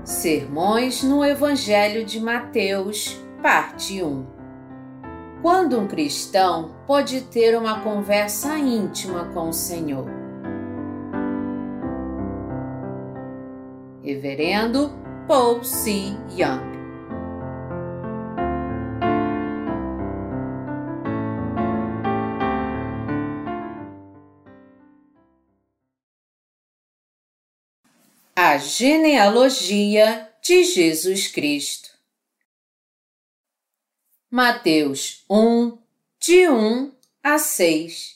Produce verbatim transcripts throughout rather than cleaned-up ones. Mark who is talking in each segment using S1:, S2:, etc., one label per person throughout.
S1: Sermões no Evangelho de Mateus, parte um. Quando um cristão pode ter uma conversa íntima com o Senhor? Reverendo Paul C. Young. A genealogia de Jesus Cristo. Mateus um, de um a seis.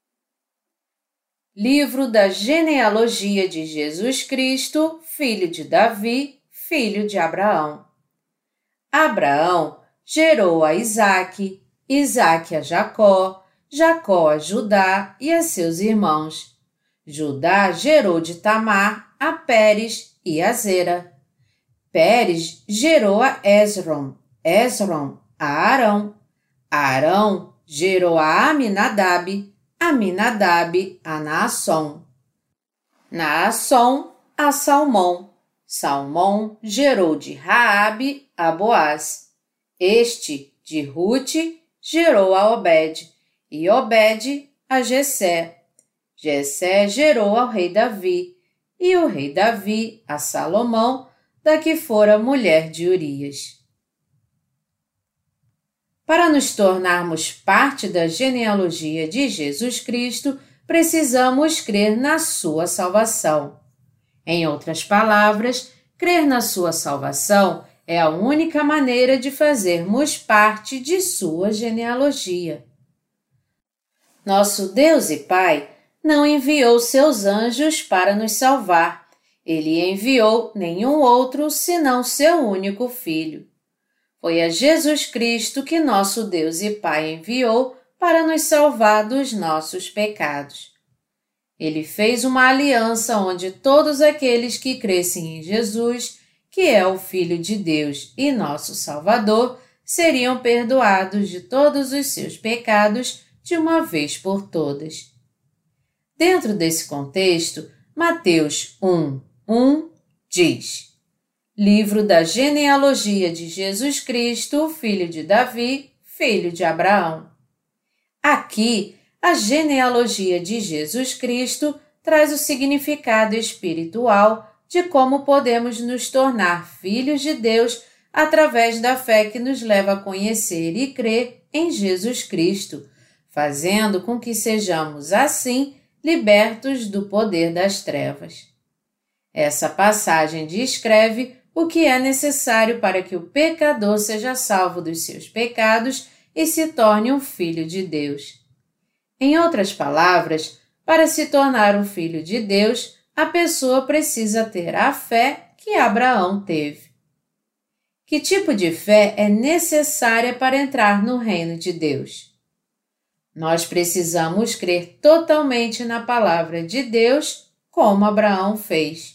S1: Livro da genealogia de Jesus Cristo, filho de Davi, filho de Abraão. Abraão gerou a Isaque, Isaque a Jacó, Jacó a Judá e a seus irmãos. Judá gerou de Tamar a Pérez e a Zera. Pérez gerou a Esrom, Esrom a Arão. Arão gerou a Aminadab, Aminadab a Naasson. Naasson a Salmão. Salmão gerou de Raabe a Boaz. Este, de Rute, gerou a Obed, e Obed a Jessé. Jessé gerou ao rei Davi, e o rei Davi a Salomão, da que fora mulher de Urias. Para nos tornarmos parte da genealogia de Jesus Cristo, precisamos crer na sua salvação. Em outras palavras, crer na sua salvação é a única maneira de fazermos parte de sua genealogia. Nosso Deus e Pai não enviou seus anjos para nos salvar. Ele enviou nenhum outro senão seu único Filho. Foi a Jesus Cristo que nosso Deus e Pai enviou para nos salvar dos nossos pecados. Ele fez uma aliança onde todos aqueles que crescem em Jesus, que é o Filho de Deus e nosso Salvador, seriam perdoados de todos os seus pecados de uma vez por todas. Dentro desse contexto, Mateus um, um diz: Livro da genealogia de Jesus Cristo, filho de Davi, filho de Abraão. Aqui, a genealogia de Jesus Cristo traz o significado espiritual de como podemos nos tornar filhos de Deus através da fé que nos leva a conhecer e crer em Jesus Cristo, fazendo com que sejamos, assim, libertos do poder das trevas. Essa passagem descreve o que é necessário para que o pecador seja salvo dos seus pecados e se torne um filho de Deus. Em outras palavras, para se tornar um filho de Deus, a pessoa precisa ter a fé que Abraão teve. Que tipo de fé é necessária para entrar no reino de Deus? Nós precisamos crer totalmente na palavra de Deus, como Abraão fez.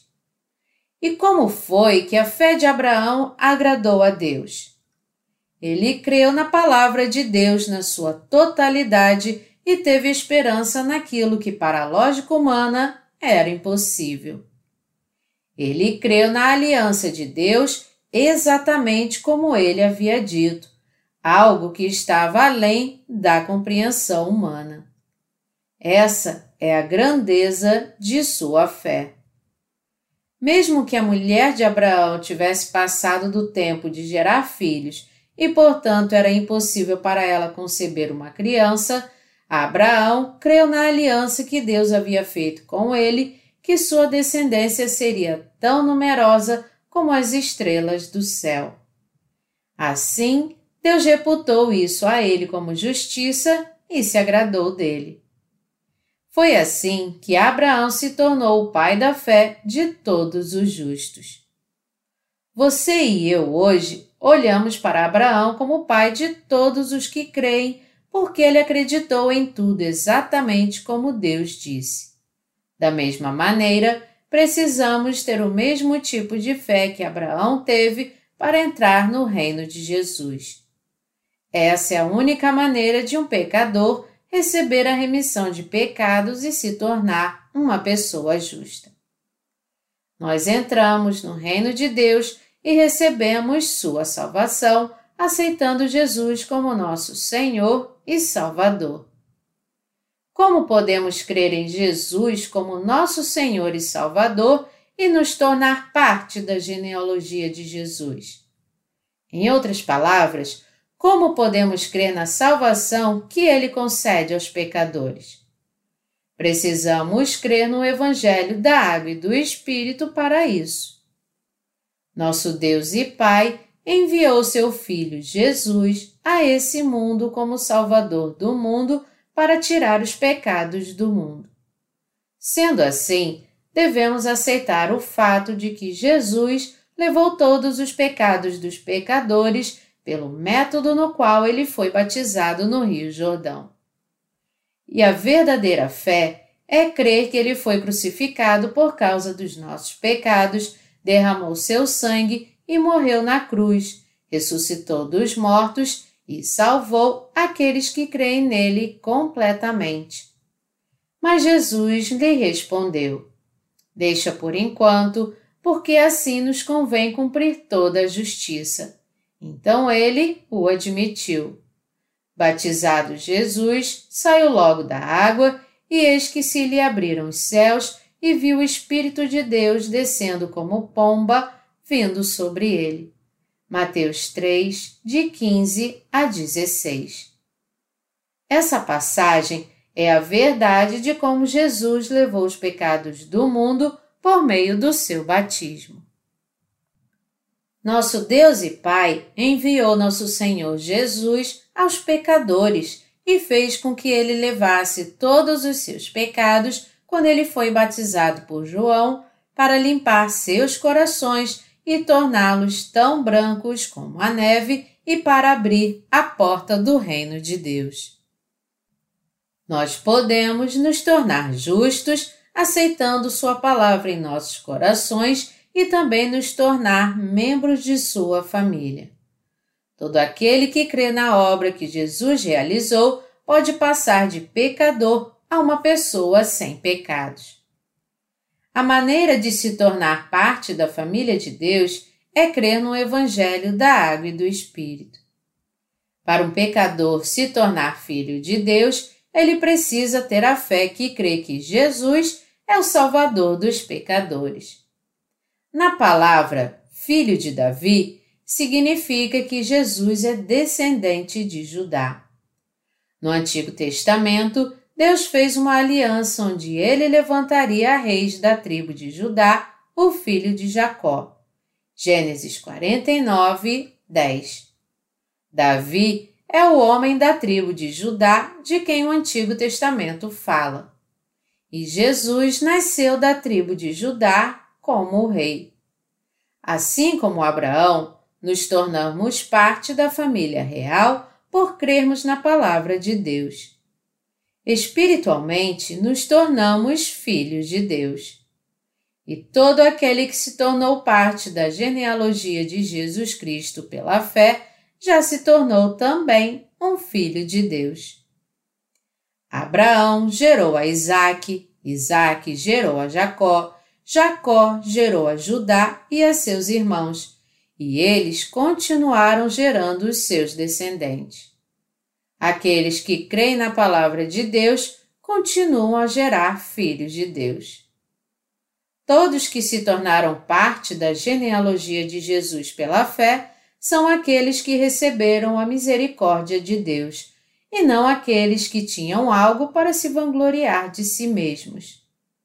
S1: E como foi que a fé de Abraão agradou a Deus? Ele creu na palavra de Deus na sua totalidade e teve esperança naquilo que para a lógica humana era impossível. Ele creu na aliança de Deus exatamente como ele havia dito, algo que estava além da compreensão humana. Essa é a grandeza de sua fé. Mesmo que a mulher de Abraão tivesse passado do tempo de gerar filhos e, portanto, era impossível para ela conceber uma criança, Abraão creu na aliança que Deus havia feito com ele, que sua descendência seria tão numerosa como as estrelas do céu. Assim, Deus reputou isso a ele como justiça e se agradou dele. Foi assim que Abraão se tornou o pai da fé de todos os justos. Você e eu hoje olhamos para Abraão como o pai de todos os que creem, porque ele acreditou em tudo exatamente como Deus disse. Da mesma maneira, precisamos ter o mesmo tipo de fé que Abraão teve para entrar no reino de Jesus. Essa é a única maneira de um pecador receber a remissão de pecados e se tornar uma pessoa justa. nós entramos no reino de Deus e recebemos sua salvação, aceitando Jesus como nosso Senhor e Salvador. Como podemos crer em Jesus como nosso Senhor e Salvador e nos tornar parte da genealogia de Jesus? Em outras palavras, como podemos crer na salvação que Ele concede aos pecadores? Precisamos crer no Evangelho da Água e do Espírito para isso. Nosso Deus e Pai enviou seu Filho Jesus a esse mundo como Salvador do mundo para tirar os pecados do mundo. Sendo assim, devemos aceitar o fato de que Jesus levou todos os pecados dos pecadores pelo método no qual ele foi batizado no Rio Jordão. E a verdadeira fé é crer que ele foi crucificado por causa dos nossos pecados, derramou seu sangue e morreu na cruz, ressuscitou dos mortos e salvou aqueles que creem nele completamente. Mas Jesus lhe respondeu: deixa por enquanto, porque assim nos convém cumprir toda a justiça. Então ele o admitiu. Batizado Jesus, saiu logo da água, e eis que se lhe abriram os céus, e viu o Espírito de Deus descendo como pomba, vindo sobre ele. Mateus três, de quinze a dezesseis. Essa passagem é a verdade de como Jesus levou os pecados do mundo por meio do seu batismo. Nosso Deus e Pai enviou nosso Senhor Jesus aos pecadores e fez com que ele levasse todos os seus pecados quando ele foi batizado por João para limpar seus corações e torná-los tão brancos como a neve e para abrir a porta do reino de Deus. Nós podemos nos tornar justos aceitando sua palavra em nossos corações e também nos tornar membros de sua família. Todo aquele que crê na obra que Jesus realizou pode passar de pecador a uma pessoa sem pecados. A maneira de se tornar parte da família de Deus é crer no Evangelho da Água e do Espírito. Para um pecador se tornar filho de Deus, ele precisa ter a fé que crê que Jesus é o Salvador dos pecadores. Na palavra filho de Davi, significa que Jesus é descendente de Judá. No Antigo Testamento, Deus fez uma aliança onde ele levantaria reis da tribo de Judá, o filho de Jacó. Gênesis quarenta e nove, dez. Davi é o homem da tribo de Judá de quem o Antigo Testamento fala. E Jesus nasceu da tribo de Judá como o rei. Assim como Abraão, nos tornamos parte da família real por crermos na palavra de Deus. Espiritualmente, nos tornamos filhos de Deus. E todo aquele que se tornou parte da genealogia de Jesus Cristo pela fé, já se tornou também um filho de Deus. Abraão gerou a Isaque, Isaque gerou a Jacó, Jacó gerou a Judá e a seus irmãos, e eles continuaram gerando os seus descendentes. Aqueles que creem na palavra de Deus continuam a gerar filhos de Deus. Todos que se tornaram parte da genealogia de Jesus pela fé são aqueles que receberam a misericórdia de Deus, e não aqueles que tinham algo para se vangloriar de si mesmos.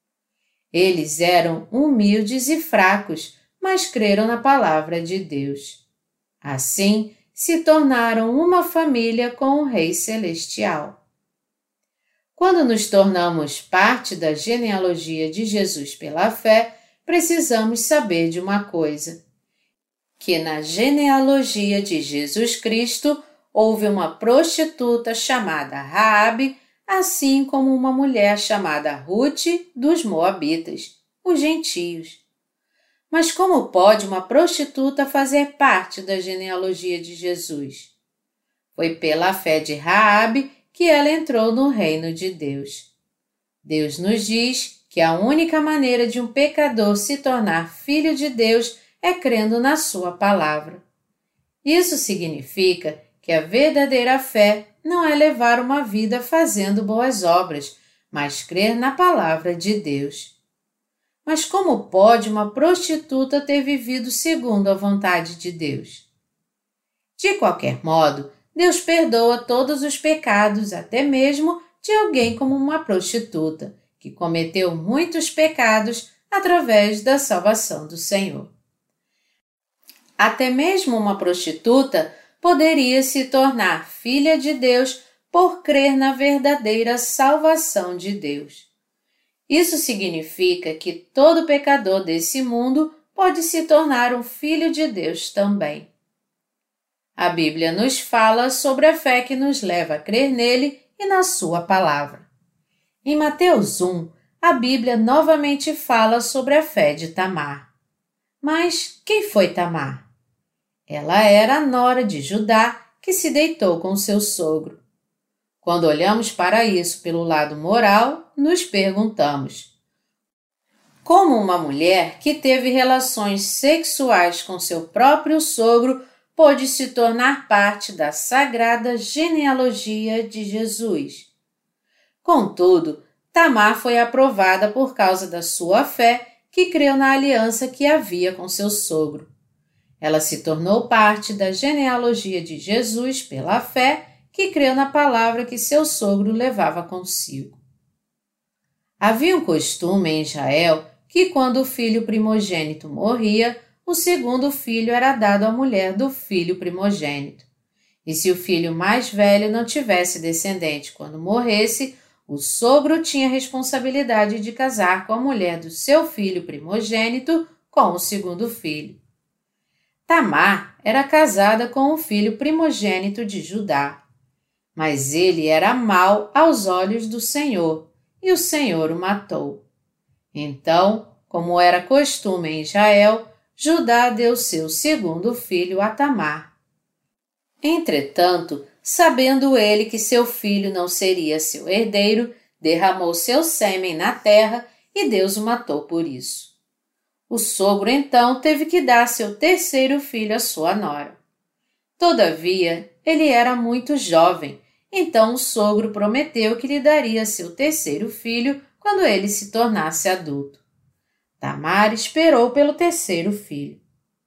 S1: Eles eram humildes e fracos, mas creram na palavra de Deus. Assim, se tornaram uma família com o Rei Celestial. Quando nos tornamos parte da genealogia de Jesus pela fé, precisamos saber de uma coisa: que na genealogia de Jesus Cristo houve uma prostituta chamada Raabe, assim como uma mulher chamada Ruth dos Moabitas, os gentios. Mas como pode uma prostituta fazer parte da genealogia de Jesus? Foi pela fé de Raabe que ela entrou no reino de Deus. Deus nos diz que a única maneira de um pecador se tornar filho de Deus é crendo na sua palavra. Isso significa que a verdadeira fé não é levar uma vida fazendo boas obras, mas crer na palavra de Deus. Mas como pode uma prostituta ter vivido segundo a vontade de Deus? De qualquer modo, Deus perdoa todos os pecados, até mesmo de alguém como uma prostituta, que cometeu muitos pecados através da salvação do Senhor. Até mesmo uma prostituta poderia se tornar filha de Deus por crer na verdadeira salvação de Deus. Isso significa que todo pecador desse mundo pode se tornar um filho de Deus também. A Bíblia nos fala sobre a fé que nos leva a crer nele e na sua palavra. Em Mateus um, a Bíblia novamente fala sobre a fé de Tamar. Mas quem foi Tamar? Ela era a nora de Judá que se deitou com seu sogro. Quando olhamos para isso pelo lado moral, nos perguntamos: como uma mulher que teve relações sexuais com seu próprio sogro pôde se tornar parte da sagrada genealogia de Jesus? Contudo, Tamar foi aprovada por causa da sua fé, que creu na aliança que havia com seu sogro. Ela se tornou parte da genealogia de Jesus pela fé, que creu na palavra que seu sogro levava consigo. Havia um costume em Israel que, quando o filho primogênito morria, o segundo filho era dado à mulher do filho primogênito. E se o filho mais velho não tivesse descendente quando morresse, o sogro tinha a responsabilidade de casar com a mulher do seu filho primogênito com o segundo filho. Tamar era casada com o filho primogênito de Judá, mas ele era mau aos olhos do Senhor, e o Senhor o matou. Então, como era costume em Israel, Judá deu seu segundo filho a Tamar. Entretanto, sabendo ele que seu filho não seria seu herdeiro, derramou seu sêmen na terra e Deus o matou por isso. O sogro então teve que dar seu terceiro filho à sua nora. Todavia, ele era muito jovem, então o sogro prometeu que lhe daria seu terceiro filho quando ele se tornasse adulto. Tamar esperou pelo terceiro filho.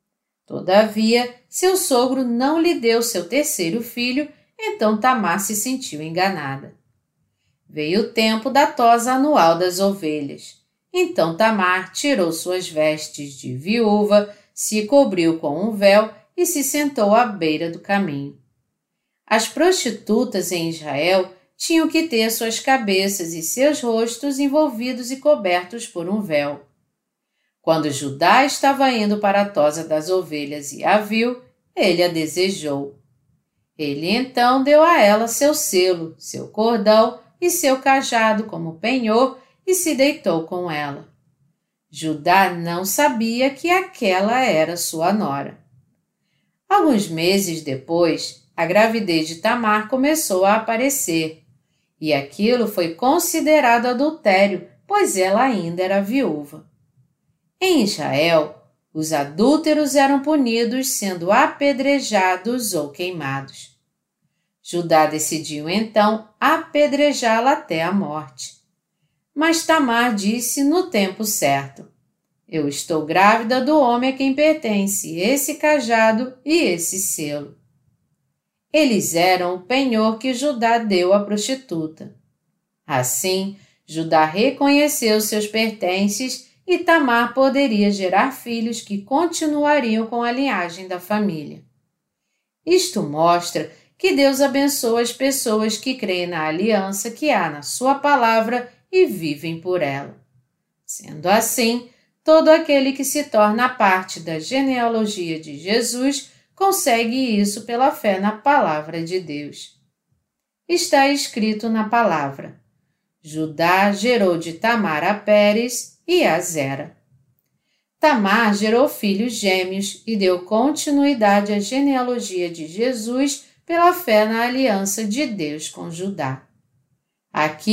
S1: Todavia, seu sogro não lhe deu seu terceiro filho, então Tamar se sentiu enganada. Veio o tempo da tosa anual das ovelhas. Então Tamar tirou suas vestes de viúva, se cobriu com um véu e se sentou à beira do caminho. As prostitutas em Israel tinham que ter suas cabeças e seus rostos envolvidos e cobertos por um véu. Quando Judá estava indo para a tosa das ovelhas e a viu, ele a desejou. Ele então deu a ela seu selo, seu cordão e seu cajado como penhor e se deitou com ela. Judá não sabia que aquela era sua nora. Alguns meses depois, a gravidez de Tamar começou a aparecer, e aquilo foi considerado adultério, pois ela ainda era viúva. Em Israel, os adúlteros eram punidos sendo apedrejados ou queimados. Judá decidiu então apedrejá-la até a morte. Mas Tamar disse no tempo certo: eu estou grávida do homem a quem pertence esse cajado e esse selo. Eles eram o penhor que Judá deu à prostituta. Assim, Judá reconheceu seus pertences e Tamar poderia gerar filhos que continuariam com a linhagem da família. Isto mostra que Deus abençoa as pessoas que creem na aliança que há na sua palavra e vivem por ela. Sendo assim, todo aquele que se torna parte da genealogia de Jesus consegue isso pela fé na palavra de Deus. Está escrito na palavra: Judá gerou de Tamar a Pérez e a Zera. Tamar gerou filhos gêmeos e deu continuidade à genealogia de Jesus pela fé na aliança de Deus com Judá. Aqui,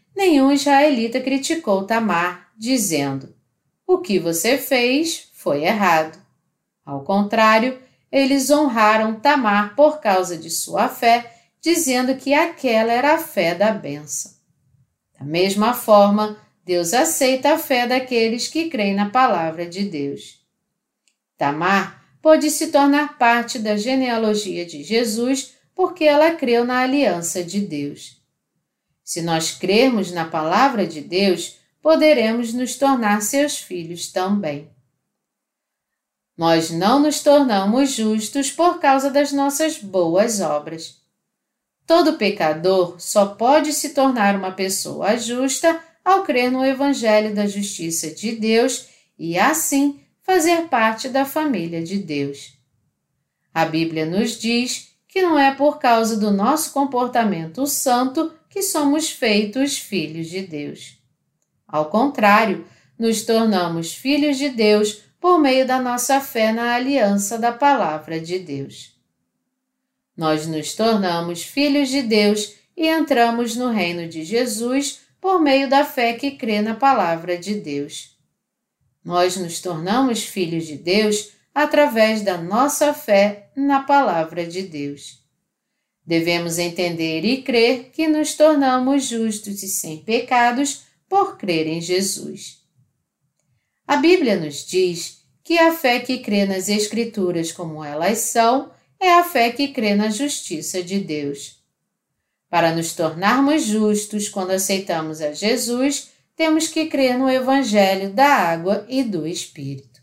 S1: nenhum israelita criticou Tamar, dizendo: "O que você fez foi errado." Ao contrário, eles honraram Tamar por causa de sua fé, dizendo que aquela era a fé da bênção. Da mesma forma, Deus aceita a fé daqueles que creem na palavra de Deus. Tamar pôde se tornar parte da genealogia de Jesus porque ela creu na aliança de Deus. Se nós crermos na palavra de Deus, poderemos nos tornar seus filhos também. Nós não nos tornamos justos por causa das nossas boas obras. Todo pecador só pode se tornar uma pessoa justa ao crer no Evangelho da Justiça de Deus e, assim, fazer parte da família de Deus. A Bíblia nos diz que não é por causa do nosso comportamento santo que somos feitos filhos de Deus. Ao contrário, nos tornamos filhos de Deus por meio da nossa fé na aliança da palavra de Deus. Nós nos tornamos filhos de Deus e entramos no reino de Jesus por meio da fé que crê na palavra de Deus. Nós nos tornamos filhos de Deus através da nossa fé na palavra de Deus. Devemos entender e crer que nos tornamos justos e sem pecados por crer em Jesus. A Bíblia nos diz que a fé que crê nas Escrituras como elas são é a fé que crê na justiça de Deus. Para nos tornarmos justos quando aceitamos a Jesus, temos que crer no Evangelho da água e do Espírito.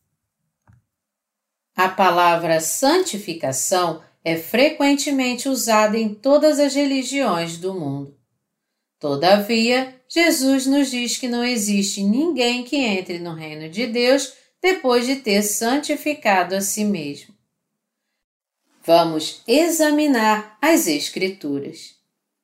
S1: A palavra santificação é frequentemente usada em todas as religiões do mundo. Todavia, Jesus nos diz que não existe ninguém que entre no reino de Deus depois de ter santificado a si mesmo. Vamos examinar as Escrituras.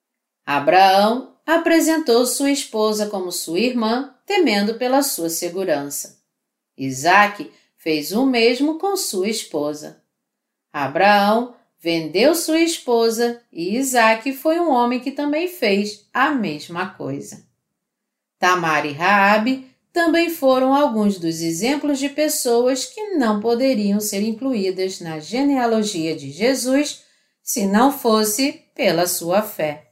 S1: Abraão apresentou sua esposa como sua irmã, temendo pela sua segurança. Isaque fez o mesmo com sua esposa. Abraão vendeu sua esposa e Isaque foi um homem que também fez a mesma coisa. Tamar e Raabe também foram alguns dos exemplos de pessoas que não poderiam ser incluídas na genealogia de Jesus se não fosse pela sua fé.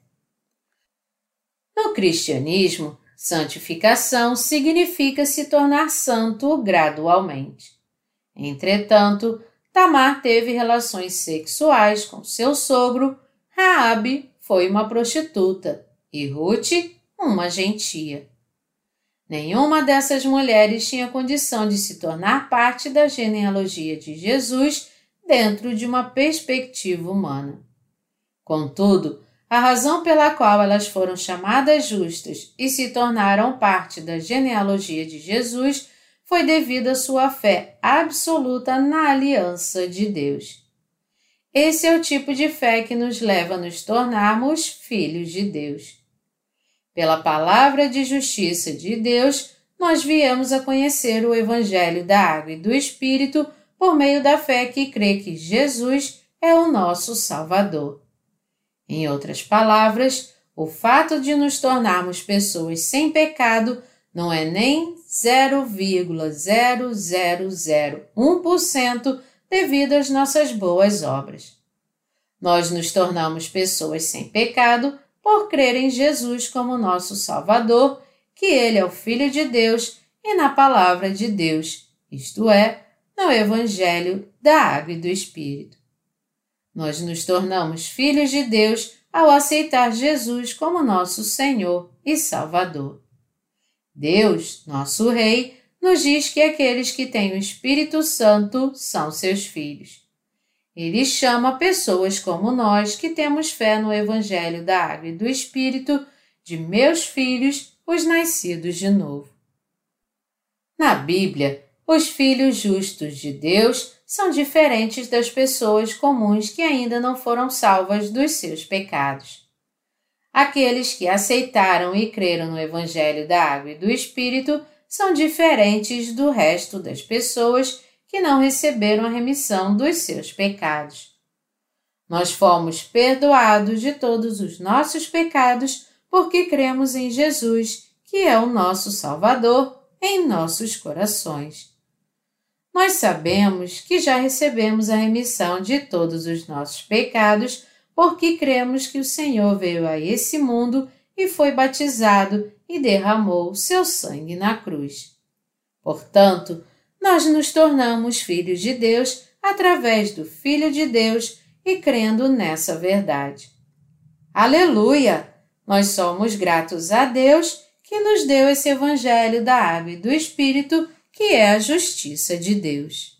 S1: No cristianismo, santificação significa se tornar santo gradualmente. Entretanto, Tamar teve relações sexuais com seu sogro, Raabe foi uma prostituta e Ruth uma gentia. Nenhuma dessas mulheres tinha condição de se tornar parte da genealogia de Jesus dentro de uma perspectiva humana. Contudo, a razão pela qual elas foram chamadas justas e se tornaram parte da genealogia de Jesus foi devido à sua fé absoluta na aliança de Deus. Esse é o tipo de fé que nos leva a nos tornarmos filhos de Deus. Pela palavra de justiça de Deus, nós viemos a conhecer o Evangelho da Água e do Espírito por meio da fé que crê que Jesus é o nosso Salvador. Em outras palavras, o fato de nos tornarmos pessoas sem pecado não é nem zero vírgula zero zero zero um por cento devido às nossas boas obras. Nós nos tornamos pessoas sem pecado por crer em Jesus como nosso Salvador, que Ele é o Filho de Deus e na Palavra de Deus, isto é, no Evangelho da Água e do Espírito. Nós nos tornamos filhos de Deus ao aceitar Jesus como nosso Senhor e Salvador. Deus, nosso Rei, nos diz que aqueles que têm o Espírito Santo são seus filhos. Ele chama pessoas como nós que temos fé no Evangelho da Água e do Espírito de meus filhos, os nascidos de novo. Na Bíblia, os filhos justos de Deus são diferentes das pessoas comuns que ainda não foram salvas dos seus pecados. Aqueles que aceitaram e creram no Evangelho da Água e do Espírito são diferentes do resto das pessoas que não receberam a remissão dos seus pecados. Nós fomos perdoados de todos os nossos pecados porque cremos em Jesus, que é o nosso Salvador, em nossos corações. Nós sabemos que já recebemos a remissão de todos os nossos pecados, porque cremos que o Senhor veio a esse mundo e foi batizado e derramou seu sangue na cruz. Portanto, nós nos tornamos filhos de Deus através do Filho de Deus e crendo nessa verdade. Aleluia! Nós somos gratos a Deus que nos deu esse Evangelho da Água e do Espírito, que é a justiça de Deus.